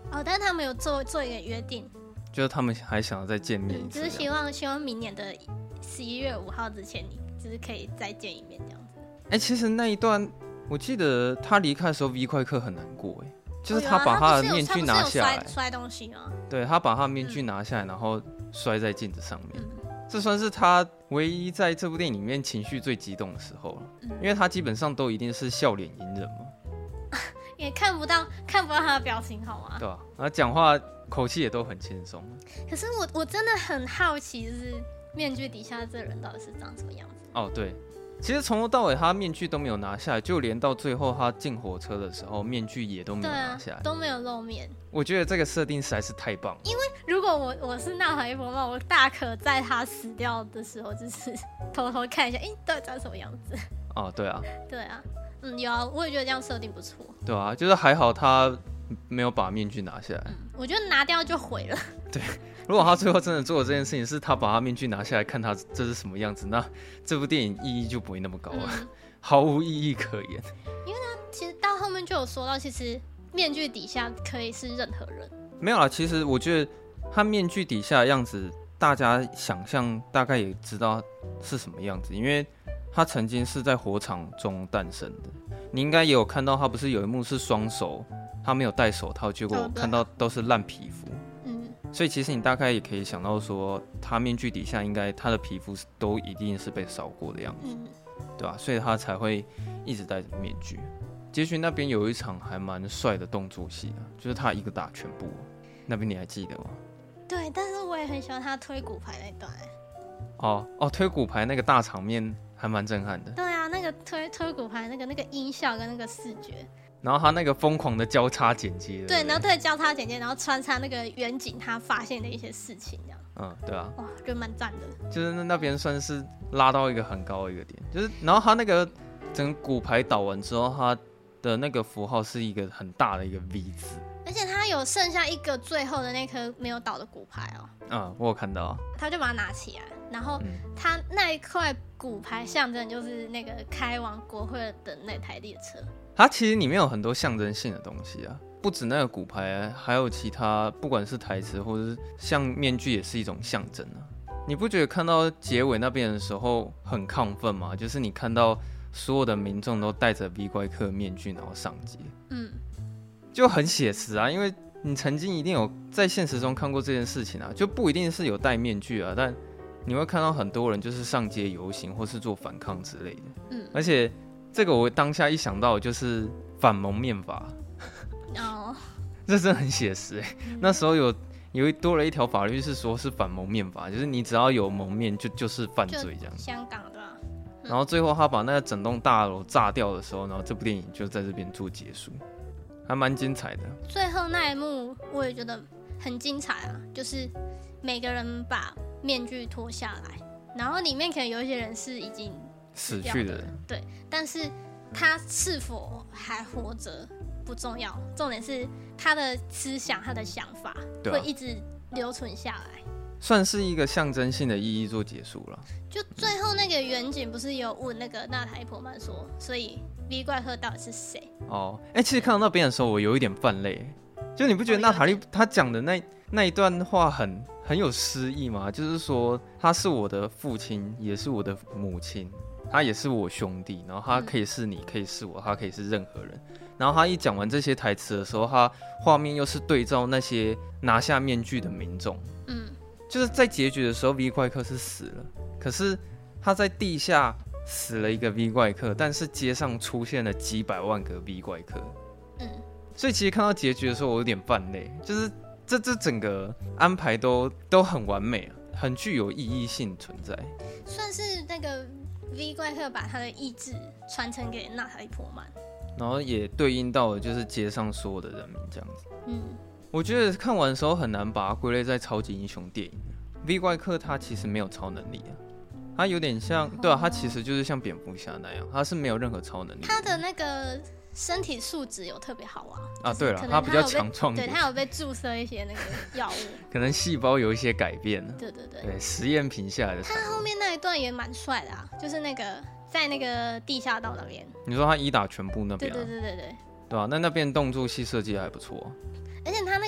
哦，但是他们有做做一个约定， 就是他们还想要再见面一次、 嗯，就是希望希望明年的十一月五号之前，你就是可以再见一面这样子。 哎、欸，其实那一段我记得他离开的时候 ，V 怪客很难过哎，就是他把他的面具拿下来， 哦啊、摔东西吗？ 对，他把他的面具拿下来，然后摔在镜子上面。嗯，这算是他唯一在这部电影里面情绪最激动的时候了，嗯、因为他基本上都一定是笑脸迎人嘛， 也看不到看不到他的表情，好吗？ 对啊，然后讲话口气也都很轻松。 可是我我真的很好奇，就是面具底下这人到底是长什么样子？ 哦，对，其实从头到尾他面具都没有拿下来，就连到最后他进火车的时候，面具也都没有拿下来， 啊、都没有露面。 我觉得这个设定实在是太棒了， 因为如果我我是娜塔莉波曼，我大可在他死掉的时候，就是偷偷看一下，哎、欸，到底长什么样子？ 哦，对啊， 对啊，嗯，有啊，我也觉得这样设定不错。 对啊，就是还好他没有把面具拿下来。 嗯，我觉得拿掉就毁了。 对，如果他最后真的做的这件事情是他把他面具拿下来看他这是什么样子，那这部电影意义就不会那么高了，嗯、毫无意义可言。 因为他其实到后面就有说到，其实面具底下可以是任何人。 没有啦，其实我觉得他面具底下的样子，大家想象大概也知道是什么样子，因为他曾经是在火场中诞生的。你应该也有看到，他不是有一幕是双手，他没有戴手套，结果看到都是烂皮肤。嗯，所以其实你大概也可以想到说，他面具底下应该他的皮肤都一定是被烧过的样子，嗯、对吧？所以他才会一直戴着面具。结局那边有一场还蛮帅的动作戏啊，就是他一个打全部，那边你还记得吗？ 对，但是我也很喜欢他推骨牌那段。 哦哦，推骨牌那个大场面还蛮震撼的。 对啊，那个推推骨牌那个那个音效跟那个视觉， 然后他那个疯狂的交叉剪接，对， 对，然后对交叉剪接，然后穿插那个远景他发现的一些事情，这样。 嗯，对啊， 哇，觉得蛮赞的。 就是那边算是拉到一个很高的一个点，就是然后他那个整个骨牌倒完之后，他的那个符号是一个很大的一个 V 字， 而且他有剩下一个最后的那颗没有倒的骨牌哦。 嗯，我有看到。 他就把它拿起来，然后他那一块骨牌象征就是那个开往国会的那台列车。 它其实里面有很多象征性的东西啊，不止那个骨牌，还有其他，不管是台词或者是像面具，也是一种象征啊。你不觉得看到结尾那边的时候很亢奋吗？就是你看到所有的民众都戴着 V 怪客面具，然后上街，嗯，就很写实啊。因为你曾经一定有在现实中看过这件事情啊，就不一定是有戴面具啊，但你会看到很多人就是上街游行或是做反抗之类的，嗯，而且这个我当下一想到就是反蒙面法，哦，这真的很写实哎、欸嗯。那时候有有多了一条法律是说是反蒙面法，就是你只要有蒙面就就是犯罪这样。 香港对吧？ 嗯、然后最后他把那个整栋大楼炸掉的时候，然后这部电影就在这边做结束，还蛮精彩的。 最后那一幕我也觉得很精彩啊，就是每个人把面具脱下来，然后里面可能有一些人是已经死去的人， 对，但是他是否还活着不重要，重点是他的思想、他的想法会一直留存下来，啊、 算是一个象征性的意义做结束了。 就最后那个远景不是有问那个娜塔莉波曼说，所以 V 怪客到底是谁？ 哦，哎、欸，其实看到那边的时候，我有一点泛泪，就你不觉得娜塔莉她讲的那那一段话很很有诗意吗？就是说他是我的父亲，也是我的母亲。他也是我兄弟，然后他可以是你，嗯、可以是我，他可以是任何人。然后他一讲完这些台词的时候，他画面又是对照那些拿下面具的民众，嗯，就是在结局的时候 ，V 怪客是死了，可是他在地下死了一个 V 怪客，但是街上出现了几百万个 V 怪客，嗯，所以其实看到结局的时候，我有点泛泪，就是这这整个安排都都很完美，很具有意义性存在， 算是那个。V 怪客把他的意志传承给娜塔莉波曼， 然后也对应到了就是街上所有的人民这样子。嗯，我觉得看完的时候很难把它归类在超级英雄电影。V 怪客他其实没有超能力啊，他有点像，对啊，他其实就是像蝙蝠侠那样，他是没有任何超能力。 他的那个身体素质有特别好啊。 啊，对了，他比较强壮， 对，他有被注射一些那个药物， 可能细胞有一些改变了。 对对对， 对，实验品下来的。 他后面那一段也蛮帅的啊，就是那个在那个地下道那边。 你说他一打全部那边、啊？ 对对对对对。 对啊，那那边动作戏设计还不错、啊。 而且他那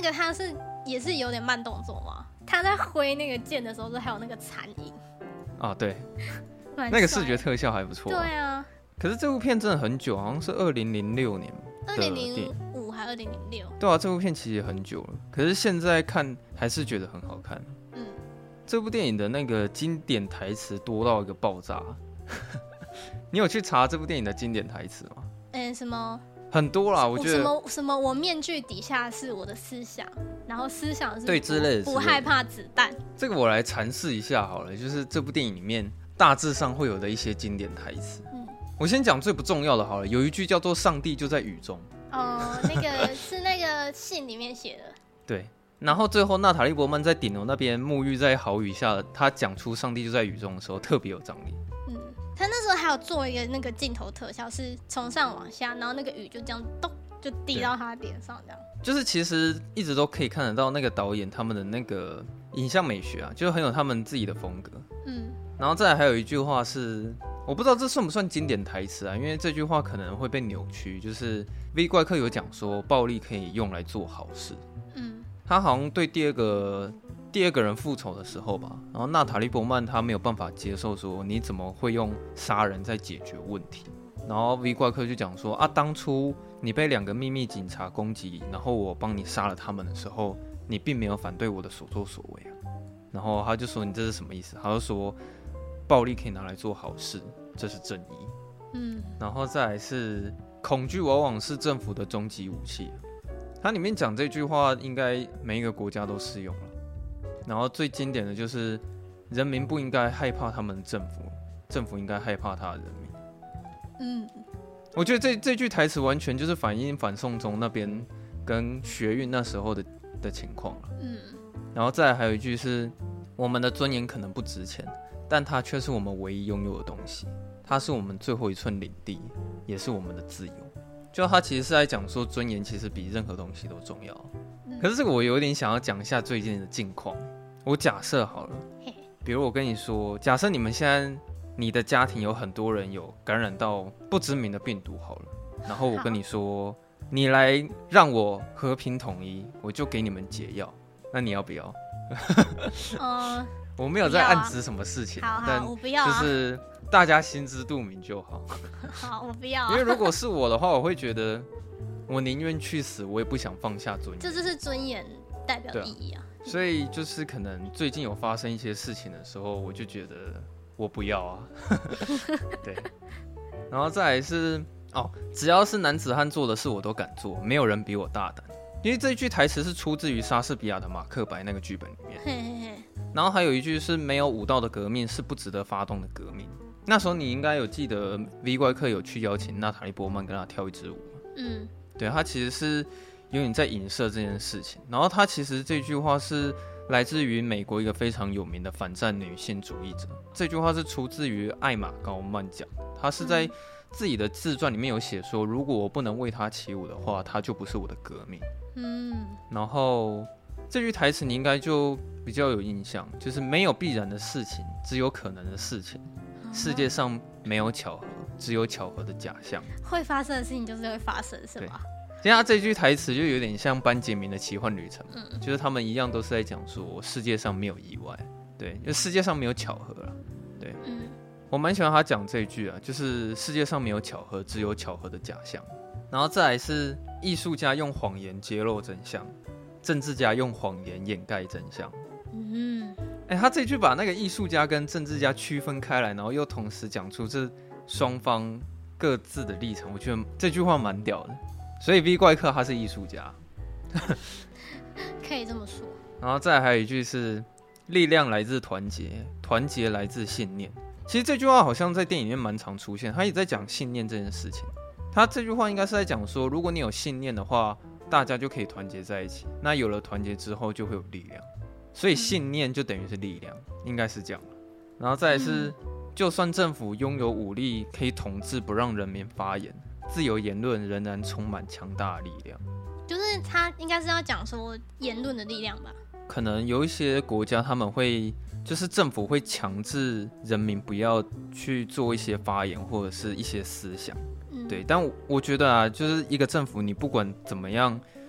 个他是也是有点慢动作嘛，他在挥那个剑的时候，就还有那个残影。 啊，对，那个视觉特效还不错、啊。 对啊。 可是这部片真的很久，好像是二零零六年。 二零零五还二零零六？ 对啊，这部片其实也很久了，可是现在看还是觉得很好看。嗯，这部电影的那个经典台词多到一个爆炸。你有去查这部电影的经典台词吗？ 嗯、欸，什么？ 很多啦，我觉得什么什么，我面具底下是我的思想，然后思想是对之类的， 不害怕子弹。 这个我来阐释一下好了，就是这部电影里面大致上会有的一些经典台词。嗯，我先讲最不重要的好了，有一句叫做“上帝就在雨中”。 哦，那个是那个信里面写的。 对，然后最后娜塔莉波曼在顶楼那边沐浴在好雨下，她讲出“上帝就在雨中”的时候，特别有张力。 嗯，他那时候还有做一个那个镜头特效，是从上往下，然后那个雨就这样咚就滴到他脸上，这样。就是其实一直都可以看得到那个导演他们的那个影像美学啊，就很有他们自己的风格。嗯，然后再来还有一句话是，我不知道这算不算经典台词啊，因为这句话可能会被扭曲，就是 V 怪客有讲说暴力可以用来做好事。嗯，他好像对第二个。第二个人复仇的时候吧，然后娜塔莉波曼她没有办法接受说你怎么会用杀人在解决问题，然后 V 怪客就讲说啊，当初你被两个秘密警察攻击，然后我帮你杀了他们的时候，你并没有反对我的所作所为啊。然后他就说你这是什么意思？他就说暴力可以拿来做好事，这是正义。嗯，然后再来是恐惧往往是政府的终极武器。它里面讲这句话，应该每一个国家都适用了。然后最经典的就是人民不应该害怕他们的政府，政府应该害怕他的人民。嗯，我觉得 这, 这句台词完全就是反映反送中那边跟学运那时候 的, 的情况了。嗯，然后再来还有一句是我们的尊严可能不值钱，但它却是我们唯一拥有的东西，它是我们最后一寸领地，也是我们的自由。就他其实是在讲说尊严其实比任何东西都重要。可是这个我有点想要讲一下最近的近况。我假设好了，比如我跟你说，假设你们现在你的家庭有很多人有感染到不知名的病毒好了，然后我跟你说，你来让我和平统一，我就给你们解药，那你要不要？嗯，我没有在暗指什么事情， 好好但我不要啊， 就是大家心知肚明就好。 好，我不要啊， 因为如果是我的话，我会觉得我宁愿去死，我也不想放下尊严。 这就是尊严代表的意义啊。 所以就是可能最近有发生一些事情的时候，我就觉得我不要啊。对，然后再来是哦，只要是男子汉做的事我都敢做，没有人比我大胆。因为这一句台词是出自于莎士比亚的《马克白》那个剧本里面。嘿嘿嘿，然后还有一句是没有武道的革命是不值得发动的革命。那时候你应该有记得 V 怪客有去邀请娜塔莉波曼跟他跳一支舞。嗯，对，他其实是有点在影射这件事情。然后他其实这句话是来自于美国一个非常有名的反战女性主义者。这句话是出自于艾玛高曼讲，他是在自己的自传里面有写说，如果我不能为他起舞的话，他就不是我的革命。嗯，然后这句台词你应该就比较有印象，就是没有必然的事情，只有可能的事情。世界上没有巧合，只有巧合的假象。会发生的事情就是会发生，是吧？现在这句台词就有点像班杰明的奇幻旅程，嗯，就是他们一样都是在讲说世界上没有意外，对，就世界上没有巧合了，对，嗯，我蛮喜欢他讲这一句啊，就是世界上没有巧合，只有巧合的假象。然后再来是艺术家用谎言揭露真相，政治家用谎言掩盖真相。嗯，哎、欸，他这句把那个艺术家跟政治家区分开来，然后又同时讲出这双方各自的立场，我觉得这句话蛮屌的。所以 V 怪客他是艺术家， 可以这么说。 然后再来还有一句是力量来自团结，团结来自信念。其实这句话好像在电影里面蛮常出现，他也在讲信念这件事情。他这句话应该是在讲说，如果你有信念的话，大家就可以团结在一起。那有了团结之后，就会有力量。所以信念就等于是力量，应该是这样。然后再来是，就算政府拥有武力可以统治不让人民发言，自由言论仍然充满强大的力量。 就是他应该是要讲说言论的力量吧？ 可能有一些国家他们会，就是政府会强制人民不要去做一些发言或者是一些思想。嗯、对，但我觉得啊，就是一个政府你不管怎么样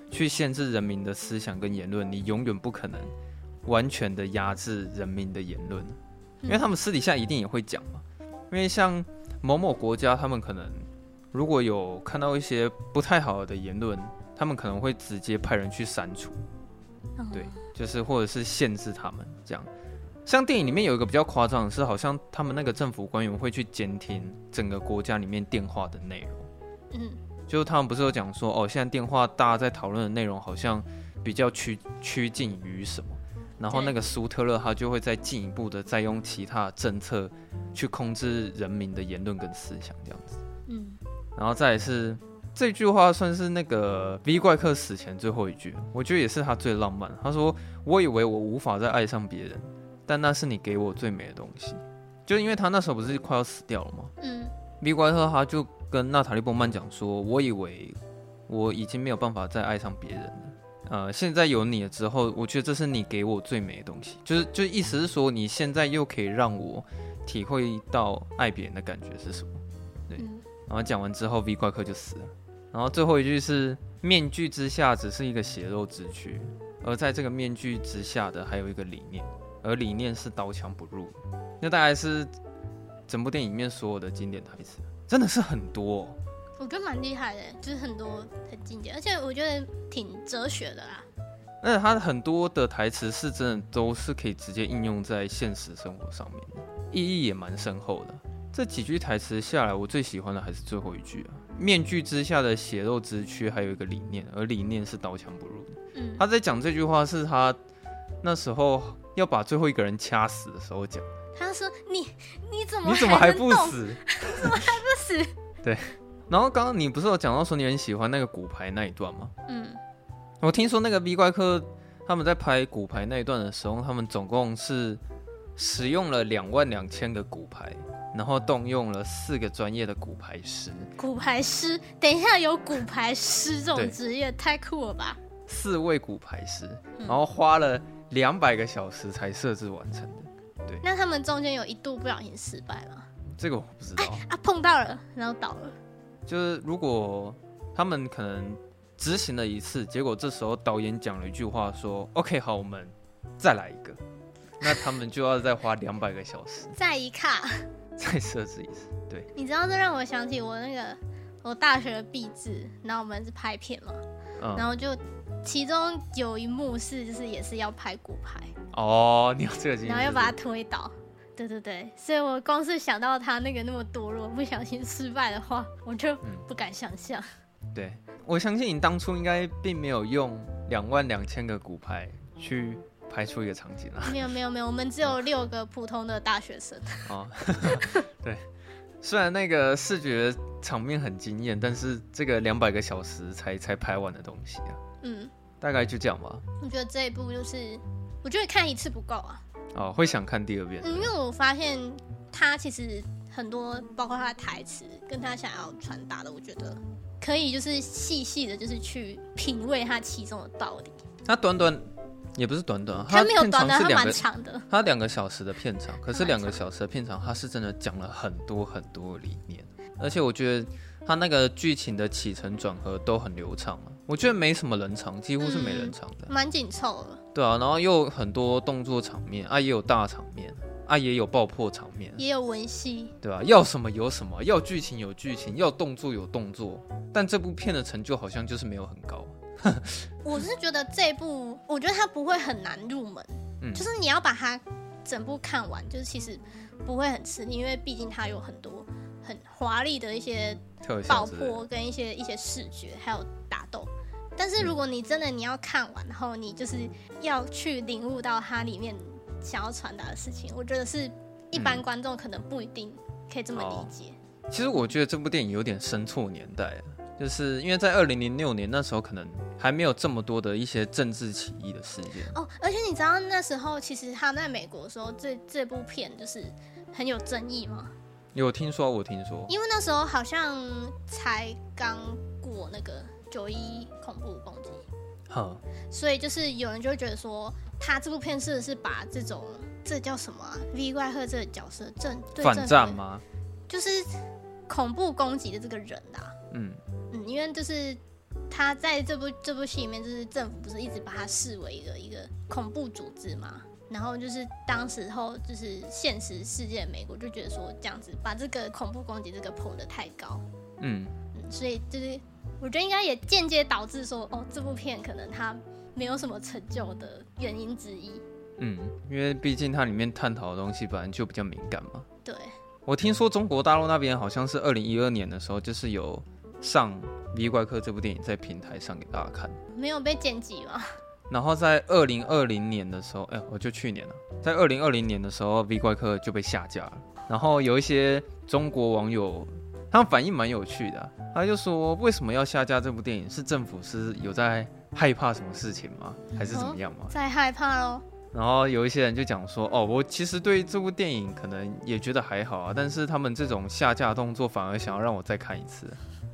去限制人民的思想跟言论，你永远不可能完全的压制人民的言论，因为他们私底下一定也会讲嘛。因为像某某国家，他们可能如果有看到一些不太好的言论，他们可能会直接派人去删除，对，就是或者是限制他们这样。像电影里面有一个比较夸张的是，好像他们那个政府官员会去监听整个国家里面电话的内容。嗯，就是他们不是有讲说，哦，现在电话大家在讨论的内容好像比较趋趋近于什么，然后那个苏特勒他就会再进一步的再用其他的政策去控制人民的言论跟思想这样子。嗯，然后再来是这句话算是那个 V 怪客死前最后一句，我觉得也是他最浪漫。他说：“我以为我无法再爱上别人。”但那是你给我最美的东西，就因为他那时候不是快要死掉了吗？嗯 ，V 怪特他就跟娜塔莉波曼讲说：“我以为我已经没有办法再爱上别人了，呃，现在有你了之后，我觉得这是你给我最美的东西。就是，就意思是说，你现在又可以让我体会到爱别人的感觉是什么。”对，嗯、然后讲完之后 ，V 怪客就死了。然后最后一句是：“面具之下只是一个血肉之躯，而在这个面具之下的还有一个理念。”而理念是刀枪不入，那大概是整部电影里面所有的经典台词，真的是很多、哦。 我觉得蛮厉害的，就是很多很经典，而且我觉得挺哲学的啦。 那他很多的台词是真的都是可以直接应用在现实生活上面的，意义也蛮深厚的。这几句台词下来，我最喜欢的还是最后一句啊：“面具之下的血肉之躯还有一个理念，而理念是刀枪不入的。”嗯，他在讲这句话是他那时候要把最后一个人掐死的时候讲， 他说你你怎么你怎么还不死？ 怎么还不死？ 对。然后刚刚你不是有讲到说你很喜欢那个骨牌那一段吗？嗯。我听说那个 V 怪客他们在拍骨牌那一段的时候，他们总共是使用了两万两千个骨牌，然后动用了四个专业的骨牌师。 骨牌师，等一下有骨牌师这种职业太酷了吧？ 四位骨牌师，然后花了两百个小时才设置完成的。对， 那他们中间有一度不小心失败吗？ 这个我不知道。 啊，碰到了，然后倒了。 就是如果他们可能执行了一次，结果这时候导演讲了一句话说 ：“OK， 好，我们再来一个。”那他们就要再花两百个小时， 再一卡， 再设置一次。对， 你知道这让我想起我那个我大学的毕制，然后我们是拍片嘛，嗯、然后就。其中有一幕是，就是也是要拍骨牌哦，你有这个经历， 然后要把它推倒，对对对，所以我光是想到他那个那么多，如果不小心失败的话，我就不敢想象、 嗯。对，我相信你当初应该并没有用两万两千个骨牌去拍出一个场景啊。 没有没有没有，我们只有六个普通的大学生。 哦，对，虽然那个视觉场面很惊艳，但是这个两百个小时才才拍完的东西啊。嗯，大概就这样吧。 我觉得这一部就是，我觉得看一次不够啊。 哦，会想看第二遍。 嗯，因为我发现他其实很多，包括他的台词跟他想要传达的，我觉得可以就是细细的，就是去品味他其中的道理。 他短短也不是短短， 他没有短短，他蛮长的。 他两个小时的片长，可是两个小时的片长，他是真的讲了很多很多理念，而且我觉得他那个剧情的起承转合都很流畅嘛。我觉得没什么冷场，几乎是没冷场的， 蛮紧凑的。 对啊，然后又有很多动作场面啊，也有大场面啊，也有爆破场面， 也有文戏， 对吧、啊？要什么有什么，要剧情有剧情，要动作有动作。但这部片的成就好像就是没有很高。 我是觉得这部，我觉得它不会很难入门，嗯、就是你要把它整部看完，就是其实不会很吃力，因为毕竟它有很多很华丽的一些爆破跟一些一些视觉，还有打斗。但是如果你真的你要看完，然后你就是要去领悟到它里面想要传达的事情，我觉得是一般观众可能不一定可以这么理解。 哦、其实我觉得这部电影有点生错年代了，就是因为在二零零六年那时候可能还没有这么多的一些政治起义的事件哦，而且你知道那时候其实他在美国的时候，这这部片就是很有争议吗？ 有听说，我听说， 因为那时候好像才刚过那个九一恐怖攻击，所以就是有人就会觉得说，他这部片是是把这种这叫什么、啊、V 怪客这个角色正对反战吗？ 就是恐怖攻击的这个人啊，嗯嗯，因为就是他在这部这部戏里面，就是政府不是一直把他视为一个一个恐怖组织嘛？然后就是当时候就是现实世界的美国就觉得说这样子把这个恐怖攻击这个捧得太高，嗯嗯，所以就是我觉得应该也间接导致说哦这部片可能它没有什么成就的原因之一。 嗯，因为毕竟它里面探讨的东西本来就比较敏感嘛。 对， 我听说中国大陆那边好像是二零一二年的时候，就是有上《V 怪客》这部电影在平台上给大家看， 没有被剪辑吗？ 然后在二零二零年的时候，哎、欸，我就去年了，在二零二零年的时候，《V 怪客》就被下架了。然后有一些中国网友，他们反应蛮有趣的、啊，他就说为什么要下架这部电影？是政府是有在害怕什么事情吗？还是怎么样吗？ 哦、在害怕咯。 然后有一些人就讲说，哦，我其实对这部电影可能也觉得还好啊，但是他们这种下架动作反而想要让我再看一次，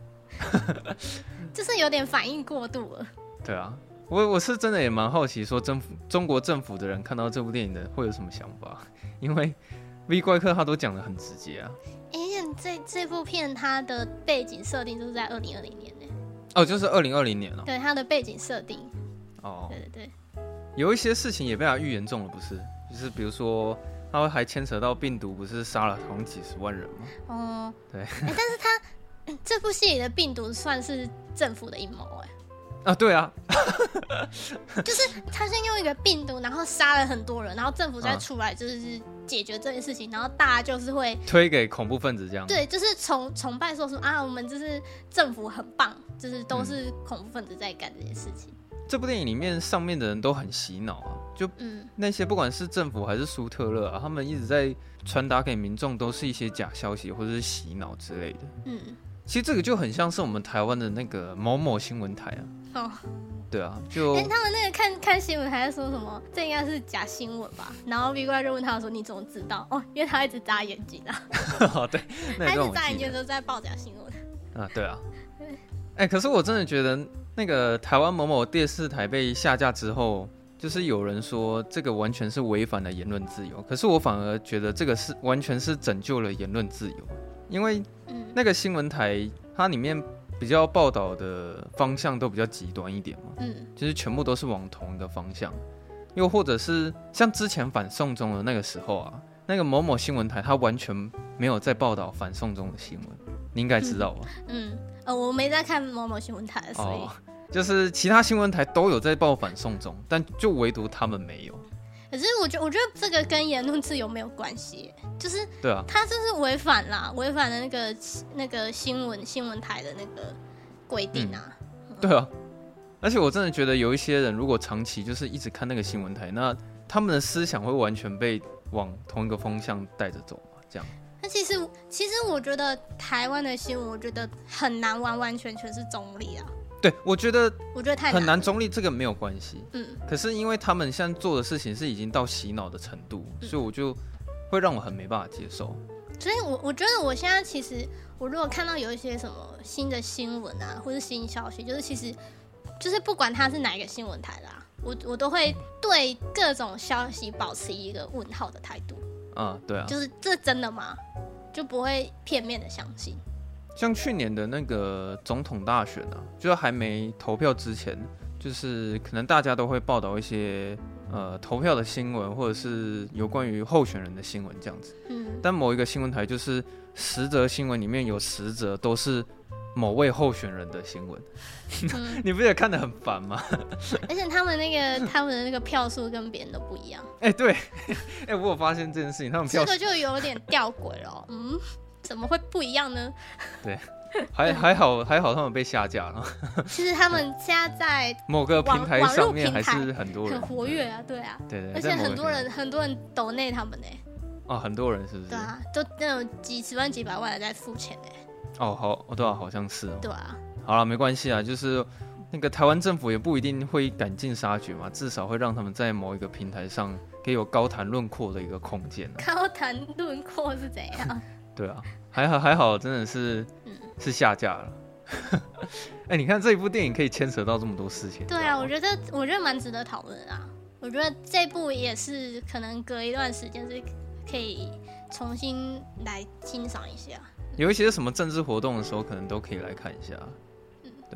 就是有点反应过度了。 对啊。我我是真的也蛮好奇，说政府中国政府的人看到这部电影的会有什么想法？因为 V 怪客他都讲得很直接啊。 哎、欸，这这部片它的背景设定就是在二零二零年呢。 哦，就是二零二零年哦。 对，它的背景设定。 哦。 对对对。 有一些事情也被他预言中了，不是？就是比如说，他还牵扯到病毒，不是杀了好像几十万人吗？ 哦。 对。 欸、但是他这部戏里的病毒算是政府的阴谋哎。 啊，对啊， 就是他先用一个病毒，然后杀了很多人，然后政府再出来就是解决这件事情，然后大家就是会推给恐怖分子这样。 对，就是崇崇拜说什么啊，我们就是政府很棒，就是都是恐怖分子在干这件事情。 嗯、这部电影里面上面的人都很洗脑啊，就那些不管是政府还是苏特勒啊，他们一直在传达给民众都是一些假消息或者是洗脑之类的。嗯。其实这个就很像是我们台湾的那个某某新闻台啊。哦，对啊，就哎、欸，他们那个看看新闻还在说什么？这应该是假新闻吧？然后 V 怪就问他说：“你怎么知道？”哦，因为他一直眨眼睛啊。 哦，对， 他一直眨眼睛都在报假新闻。 啊，对啊。哎、欸，可是我真的觉得那个台湾某某电视台被下架之后，就是有人说这个完全是违反了言论自由，可是我反而觉得这个是完全是拯救了言论自由，因为那个新闻台它里面比较报道的方向都比较极端一点嘛，嗯，就是全部都是往同一个方向，又或者是像之前反送中的那个时候啊，那个某某新闻台它完全没有在报道反送中的新闻，你应该知道吧？ 嗯，呃，我没在看某某新闻台，所以、哦、 就是其他新闻台都有在报反送中，但就唯独他们没有。 可是我觉得，我觉得这个跟言论自由没有关系，就是对啊， 他就是违反啦，违反了那个那个新闻新闻台的那个规定啊、 嗯。对啊，而且我真的觉得有一些人如果长期就是一直看那个新闻台，那他们的思想会完全被往同一个方向带着走嘛，这样。 那其实其实我觉得台湾的新闻，我觉得很难完完全全是中立啊。 对，我觉得我觉得太很难中立，这个没有关系。 嗯， 可是因为他们现在做的事情是已经到洗脑的程度，嗯、所以我就会让我很没办法接受。 所以我我觉得我现在其实，我如果看到有一些什么新的新闻啊，或是新消息，就是其实就是不管它是哪一个新闻台啦、啊，我我都会对各种消息保持一个问号的态度。 啊，对啊， 就是这真的吗？就不会片面的相信。 像去年的那个总统大选啊，就是还没投票之前，就是可能大家都会报道一些呃投票的新闻，或者是有关于候选人的新闻这样子。嗯。但某一个新闻台就是十则新闻里面有十则都是某位候选人的新闻，嗯、你不觉得看得很烦吗？ 而且他们那个他们的那个票数跟别人都不一样。 哎、欸，对，哎、欸，我有发现这件事情，他们票这个就有点吊诡了。嗯。怎么会不一样呢？ 对，还还好还好他们被下架了。 其实他们现在在某个平台上面还是很多人很活跃啊，对啊， 对对， 而且很多人很多人抖内他们呢。 哦，很多人是不是？ 对啊，都那种几十万几百万的在付钱呢。 哦，好，对啊，好像是哦。 对啊。 好了，没关系啊，就是那个台湾政府也不一定会赶尽杀绝嘛，至少会让他们在某一个平台上可以有高谈论阔的一个空间、啊。 高谈论阔是怎样？ 对啊，还好还好，真的是、嗯、是下架了。哎、欸，你看这一部电影可以牵扯到这么多事情。 对啊，我觉得我觉得蛮值得讨论啊。我觉得这部也是可能隔一段时间是可以重新来欣赏一下。 有一些什么政治活动的时候，可能都可以来看一下，嗯、对吧？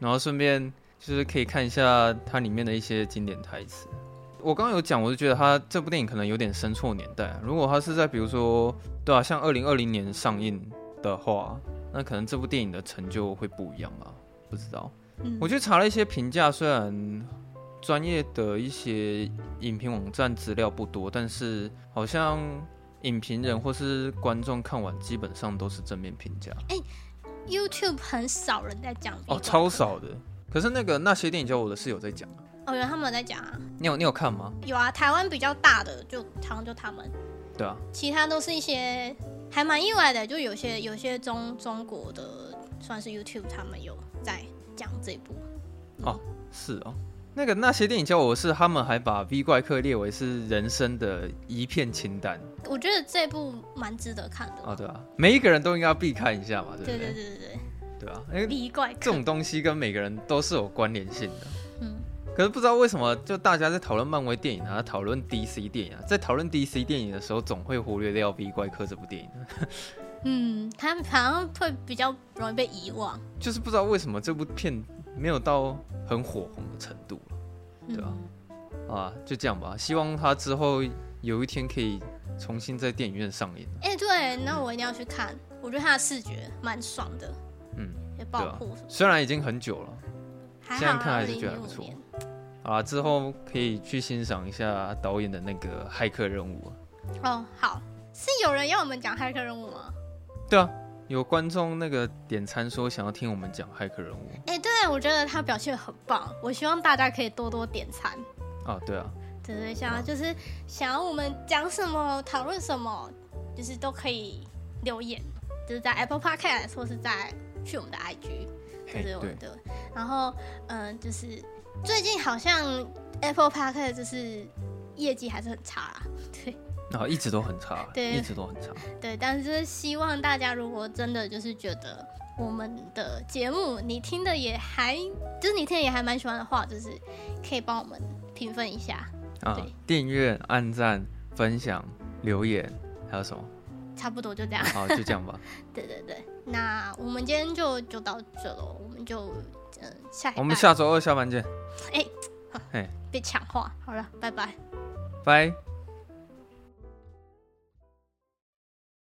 然后顺便就是可以看一下它里面的一些经典台词。我刚刚有讲，我就觉得它这部电影可能有点生错年代、啊。如果它是在比如说，对啊，像二零二零年上映的话，那可能这部电影的成就会不一样吧？不知道。嗯、我去查了一些评价，虽然专业的一些影评网站资料不多，但是好像影评人或是观众看完基本上都是正面评价。 哎、欸、，YouTube 很少人在讲哦，超少的。可是那个那些电影教我的是有在讲啊。 哦，原来他们有在讲啊！ 你有你有看吗？ 有啊，台湾比较大的就好像就他们， 对啊， 其他都是一些还蛮意外的，就有些有些中中国的算是 YouTube 他们有在讲这部。 嗯、哦，是哦，那个那些电影教我是他们还把 V 怪客列为是人生的一片清单。 我觉得这部蛮值得看的。 哦，对啊，每一个人都应该要必看一下嘛，对不对？ 对对对对对。 对啊，因为 V 怪客这种东西跟每个人都是有关联性的。 嗯。 可是不知道为什么，就大家在讨论漫威电影啊，讨论 D C 电影啊，在讨论 D C 电影的时候，总会忽略掉《V 怪客》这部电影。 嗯，他好像会比较容易被遗忘。 就是不知道为什么这部片没有到很火红的程度，对吧、嗯？啊，就这样吧。希望他之后有一天可以重新在电影院上映。 哎、欸，对，那我一定要去看。我觉得他的视觉蛮爽的，嗯，也爆破什么、啊。 虽然已经很久了。 现在看还是觉得还不错。好啦，之后可以去欣赏一下导演的那个骇客任务。 哦，好，是有人要我们讲骇客任务吗？ 对啊，有观众那个点餐说想要听我们讲骇客任务。 哎、欸，对，我觉得他表现很棒，我希望大家可以多多点餐。 哦，对啊， 对对，想要就是想要我们讲什么、讨论什么，就是都可以留言，就是在 Apple Podcast 或是在去我们的 I G。就是我的，然后嗯、呃，就是最近好像 Apple Podcast 就是业绩还是很差啦，对， 然后、哦、一直都很差， 对， 一直都很差， 对，但是就是希望大家如果真的就是觉得我们的节目你听的也还，就是你听的也还蛮喜欢的话，就是可以帮我们评分一下啊，订阅、按赞、分享、留言，还有什么？ 差不多就这样， 好，就这样吧。 对对对，那我们今天就就到这了，我们就嗯下一， 我们下周二下班见。 哎、欸，被抢话，好了，拜拜， 拜。